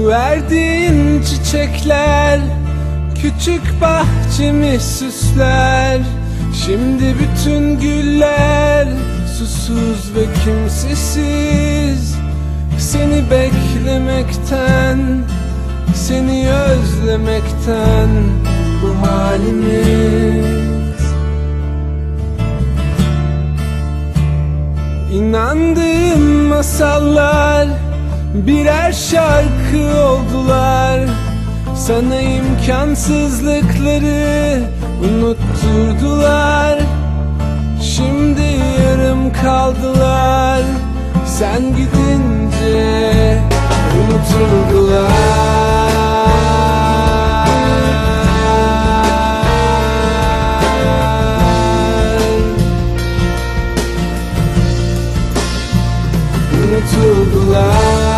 Verdiğin çiçekler küçük bahçemi süsler. Şimdi bütün güller susuz ve kimsesiz. Seni beklemekten, seni özlemekten bu halimiz. İnandığım masallar birer şarkı oldular. Sana imkansızlıkları unutturdular. Şimdi yarım kaldılar. Sen gidince unutuldular. Unutuldular.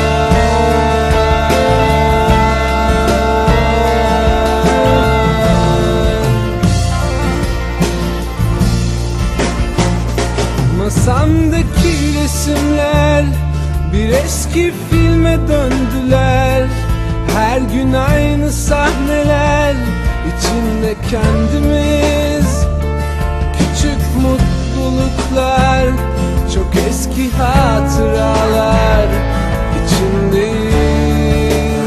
Masamdaki resimler bir eski filme döndüler. Her gün aynı sahneler, içinde kendimiz. Küçük mutluluklar, çok eski hatıralar içindeyiz.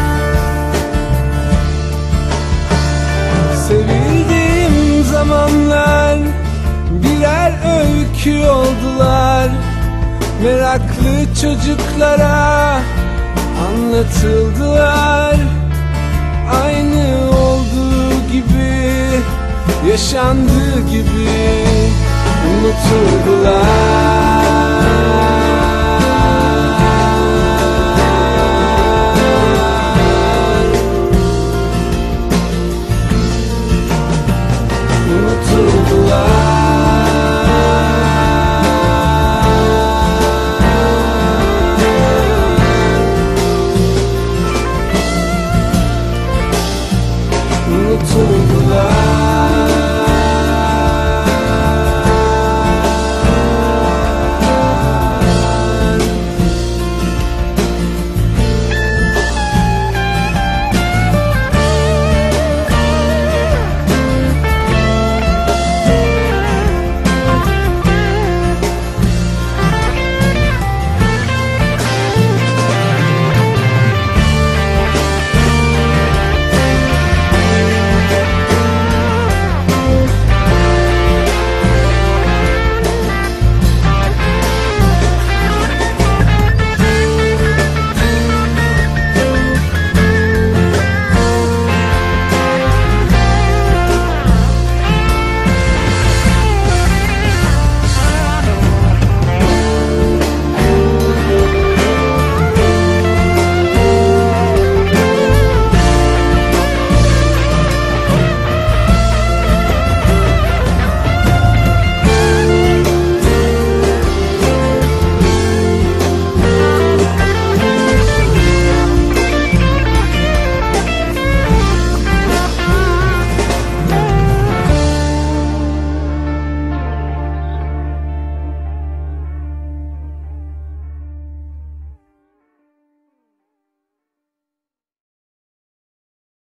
Sevildiğim zamanlar birer öykü oldular. Meraklı çocuklara anlatıldılar. Aynı olduğu gibi, yaşandığı gibi.